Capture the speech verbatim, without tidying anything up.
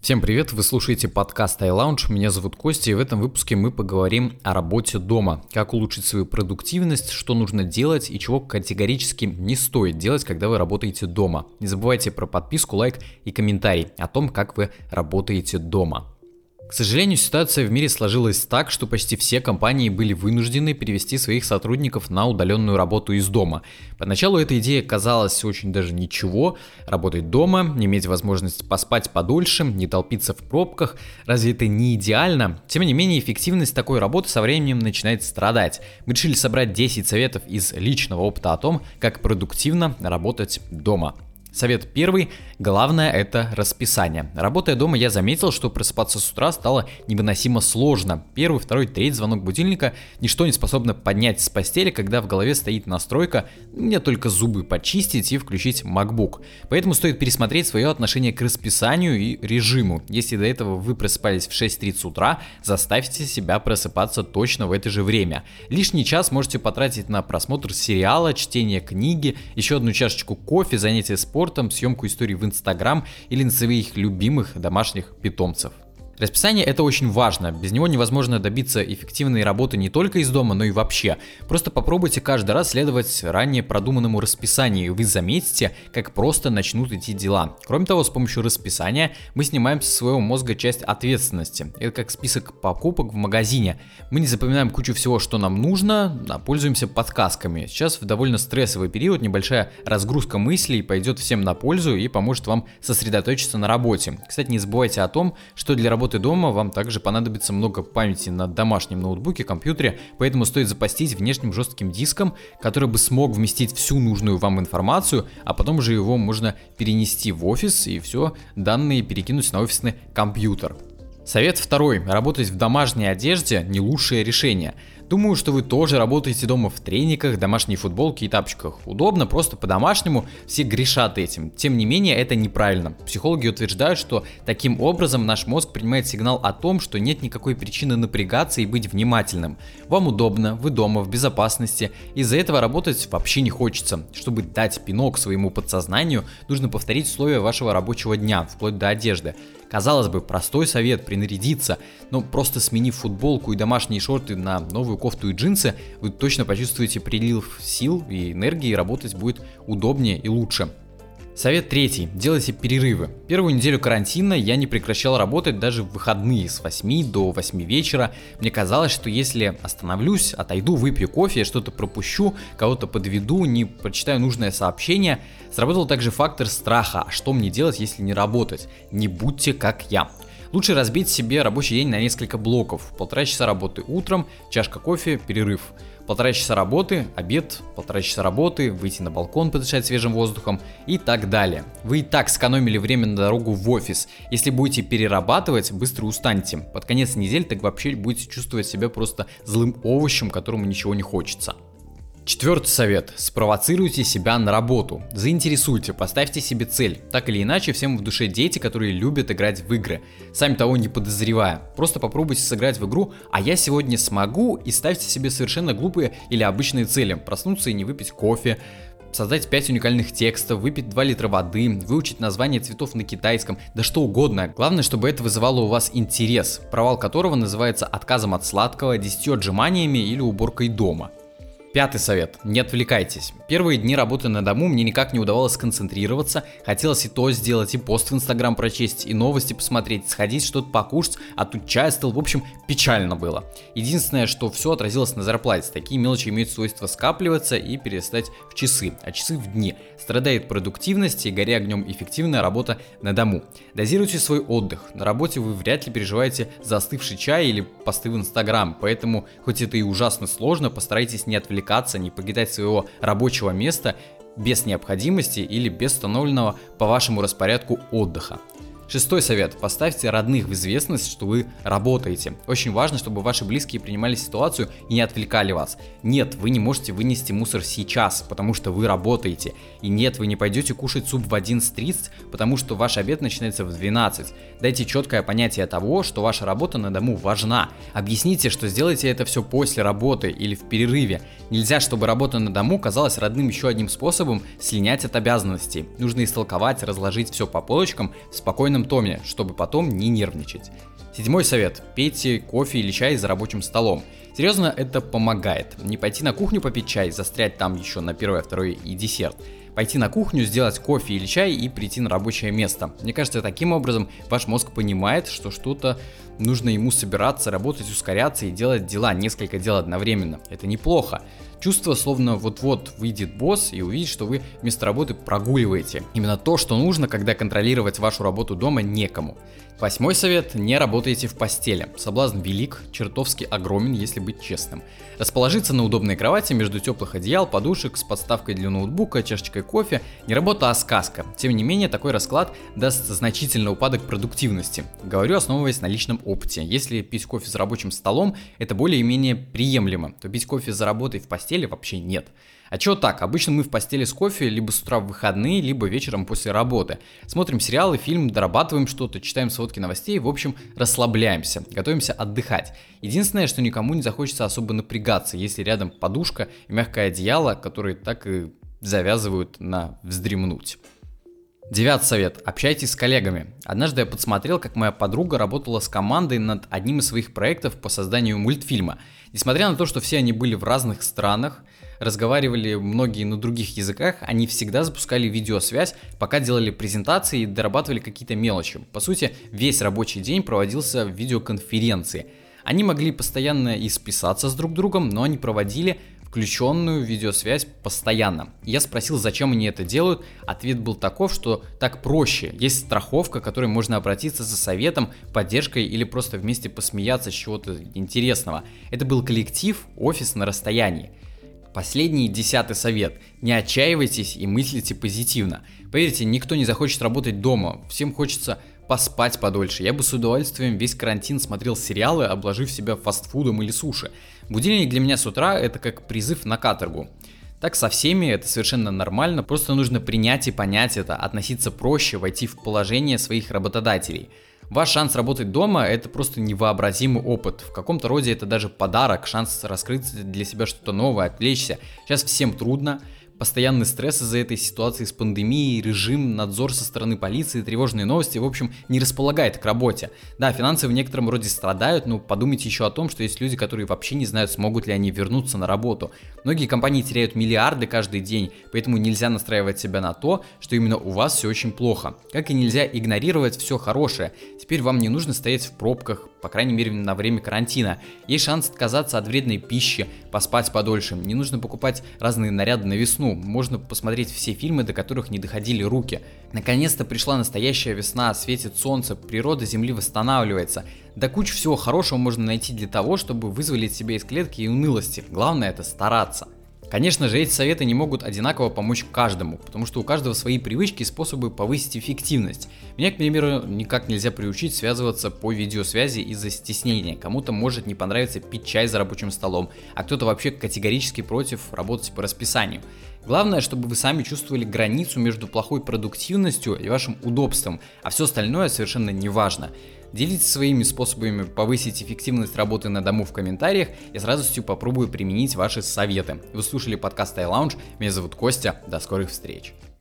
Всем привет, вы слушаете подкаст iLounge, меня зовут Костя, и в этом выпуске мы поговорим о работе дома, как улучшить свою продуктивность, что нужно делать и чего категорически не стоит делать, когда вы работаете дома. Не забывайте про подписку, лайк и комментарий о том, как вы работаете дома. К сожалению, ситуация в мире сложилась так, что почти все компании были вынуждены перевести своих сотрудников на удаленную работу из дома. Поначалу эта идея казалась очень даже ничего, работать дома, иметь возможность поспать подольше, не толпиться в пробках, разве это не идеально? Тем не менее, эффективность такой работы со временем начинает страдать. Мы решили собрать десять советов из личного опыта о том, как продуктивно работать дома. Совет первый. Главное — это расписание. Работая дома, я заметил, что просыпаться с утра стало невыносимо сложно. Первый, второй, третий звонок будильника — ничто не способно поднять с постели, когда в голове стоит настройка «мне только зубы почистить и включить MacBook». Поэтому стоит пересмотреть свое отношение к расписанию и режиму. Если до этого вы просыпались в шесть тридцать утра, заставьте себя просыпаться точно в это же время. Лишний час можете потратить на просмотр сериала, чтение книги, еще одну чашечку кофе, занятия спортом, съемку историй в Инстаграм или на своих любимых домашних питомцев. Расписание — это очень важно, без него невозможно добиться эффективной работы не только из дома, но и вообще. Просто попробуйте каждый раз следовать ранее продуманному расписанию, и вы заметите, как просто начнут идти дела. Кроме того, с помощью расписания мы снимаем со своего мозга часть ответственности. Это как список покупок в магазине. Мы не запоминаем кучу всего, что нам нужно, а пользуемся подсказками. Сейчас в довольно стрессовый период небольшая разгрузка мыслей пойдет всем на пользу и поможет вам сосредоточиться на работе. Кстати, не забывайте о том, что для работы дома вам также понадобится много памяти на домашнем ноутбуке, компьютере, поэтому стоит запастись внешним жестким диском, который бы смог вместить всю нужную вам информацию, а потом уже его можно перенести в офис и все данные перекинуть на офисный компьютер. Совет второй. Работать в домашней одежде – не лучшее решение. Думаю, что вы тоже работаете дома в трениках, домашней футболке и тапочках. Удобно, просто по-домашнему, все грешат этим. Тем не менее, это неправильно. Психологи утверждают, что таким образом наш мозг принимает сигнал о том, что нет никакой причины напрягаться и быть внимательным. Вам удобно, вы дома, в безопасности. Из-за этого работать вообще не хочется. Чтобы дать пинок своему подсознанию, нужно повторить условия вашего рабочего дня, вплоть до одежды. Казалось бы, простой совет — принарядиться, но просто сменив футболку и домашние шорты на новую кофту и джинсы, вы точно почувствуете прилив сил и энергии, и работать будет удобнее и лучше. Совет третий. Делайте перерывы. Первую неделю карантина я не прекращал работать даже в выходные с восьми до восьми вечера. Мне казалось, что если остановлюсь, отойду, выпью кофе, что-то пропущу, кого-то подведу, не прочитаю нужное сообщение. Сработал также фактор страха. А что мне делать, если не работать? Не будьте как я. Лучше разбить себе рабочий день на несколько блоков. Полтора часа работы утром, чашка кофе, перерыв. Полтора часа работы, обед, полтора часа работы, выйти на балкон, подышать свежим воздухом и так далее. Вы и так сэкономили время на дорогу в офис. Если будете перерабатывать, быстро устанете. Под конец недели так вообще будете чувствовать себя просто злым овощем, которому ничего не хочется. Четвертый совет. Спровоцируйте себя на работу. Заинтересуйте, поставьте себе цель. Так или иначе, всем в душе дети, которые любят играть в игры, сами того не подозревая. Просто попробуйте сыграть в игру «А я сегодня смогу» и ставьте себе совершенно глупые или обычные цели. Проснуться и не выпить кофе, создать пять уникальных текстов, выпить два литра воды, выучить название цветов на китайском, да что угодно. Главное, чтобы это вызывало у вас интерес, провал которого называется отказом от сладкого, десятью отжиманиями или уборкой дома. Пятый совет. Не отвлекайтесь. Первые дни работы на дому мне никак не удавалось сконцентрироваться. Хотелось и то сделать, и пост в Инстаграм прочесть, и новости посмотреть, сходить что-то покушать, а тут чай стыл. В общем, печально было. Единственное, что все отразилось на зарплате. Такие мелочи имеют свойство скапливаться и перестать в часы, а часы в дни. Страдает продуктивность и, горя огнем, эффективная работа на дому. Дозируйте свой отдых. На работе вы вряд ли переживаете за остывший чай или посты в Инстаграм, поэтому, хоть это и ужасно сложно, постарайтесь не отвлекаться, не покидать своего рабочего места без необходимости или без установленного по вашему распорядку отдыха. Шестой совет. Поставьте родных в известность, что вы работаете. Очень важно, чтобы ваши близкие принимали ситуацию и не отвлекали вас. Нет, вы не можете вынести мусор сейчас, потому что вы работаете. И нет, вы не пойдете кушать суп в одиннадцать тридцать, потому что ваш обед начинается в двенадцать. Дайте четкое понятие того, что ваша работа на дому важна. Объясните, что сделаете это все после работы или в перерыве. Нельзя, чтобы работа на дому казалась родным еще одним способом слинять от обязанностей. Нужно истолковать, разложить все по полочкам в спокойном спокойном тоне, чтобы потом не нервничать. Седьмой совет. Пейте кофе или чай за рабочим столом. Серьезно, это помогает. Не пойти на кухню попить чай, застрять там еще на первое, второе и десерт. Пойти на кухню, сделать кофе или чай и прийти на рабочее место. Мне кажется, таким образом ваш мозг понимает, что что-то нужно ему собираться, работать, ускоряться и делать дела, несколько дел одновременно. Это неплохо. Чувство, словно вот-вот выйдет босс и увидит, что вы вместо работы прогуливаете. Именно то, что нужно, когда контролировать вашу работу дома некому. Восьмой совет. Не работайте в постели. Соблазн велик, чертовски огромен, если быть честным. Расположиться на удобной кровати между теплых одеял, подушек с подставкой для ноутбука, чашечкой кофе – не работа, а сказка. Тем не менее, такой расклад даст значительный упадок продуктивности. Говорю, основываясь на личном опыте. Если пить кофе за рабочим столом, это более-менее приемлемо, то пить кофе за работой в постели вообще нет. А чего так? Обычно мы в постели с кофе либо с утра в выходные, либо вечером после работы. Смотрим сериалы, фильм, дорабатываем что-то, читаем сводки новостей, в общем, расслабляемся, готовимся отдыхать. Единственное, что никому не захочется особо напрягаться, если рядом подушка и мягкое одеяло, которые так и завязывают на вздремнуть. Девятый совет. Общайтесь с коллегами. Однажды я подсмотрел, как моя подруга работала с командой над одним из своих проектов по созданию мультфильма. Несмотря на то, что все они были в разных странах, разговаривали многие на других языках, они всегда запускали видеосвязь, пока делали презентации и дорабатывали какие-то мелочи. По сути, весь рабочий день проводился в видеоконференции. Они могли постоянно и списаться с друг другом, но они проводили включенную видеосвязь постоянно. Я спросил, зачем они это делают. Ответ был таков, что так проще. Есть страховка, к которой можно обратиться за советом, поддержкой или просто вместе посмеяться с чего-то интересного. Это был коллектив, офис на расстоянии. Последний, десятый совет. Не отчаивайтесь и мыслите позитивно. Поверьте, никто не захочет работать дома. Всем хочется поспать подольше. Я бы с удовольствием весь карантин смотрел сериалы, обложив себя фастфудом или суши. Будильник для меня с утра — это как призыв на каторгу. Так со всеми, это совершенно нормально, просто нужно принять и понять это, относиться проще, войти в положение своих работодателей. Ваш шанс работать дома — это просто невообразимый опыт. В каком-то роде это даже подарок, шанс раскрыть для себя что-то новое, отвлечься. Сейчас всем трудно. Постоянный стресс из-за этой ситуации с пандемией, режим, надзор со стороны полиции, тревожные новости, в общем, не располагает к работе. Да, финансы в некотором роде страдают, но подумайте еще о том, что есть люди, которые вообще не знают, смогут ли они вернуться на работу. Многие компании теряют миллиарды каждый день, поэтому нельзя настраивать себя на то, что именно у вас все очень плохо. Как и нельзя игнорировать все хорошее. Теперь вам не нужно стоять в пробках, по крайней мере на время карантина. Есть шанс отказаться от вредной пищи, поспать подольше. Не нужно покупать разные наряды на весну. Можно посмотреть все фильмы, до которых не доходили руки. Наконец-то пришла настоящая весна, светит солнце, природа Земли восстанавливается. Да кучу всего хорошего можно найти для того, чтобы вызволить себя из клетки и унылости. Главное — это стараться. Конечно же, эти советы не могут одинаково помочь каждому, потому что у каждого свои привычки и способы повысить эффективность. Меня, к примеру, никак нельзя приучить связываться по видеосвязи из-за стеснения. Кому-то может не понравиться пить чай за рабочим столом, а кто-то вообще категорически против работать по расписанию. Главное, чтобы вы сами чувствовали границу между плохой продуктивностью и вашим удобством, а все остальное совершенно не важно. Делитесь своими способами повысить эффективность работы на дому в комментариях, я с радостью попробую применить ваши советы. Вы слушали подкаст iLounge, меня зовут Костя, до скорых встреч.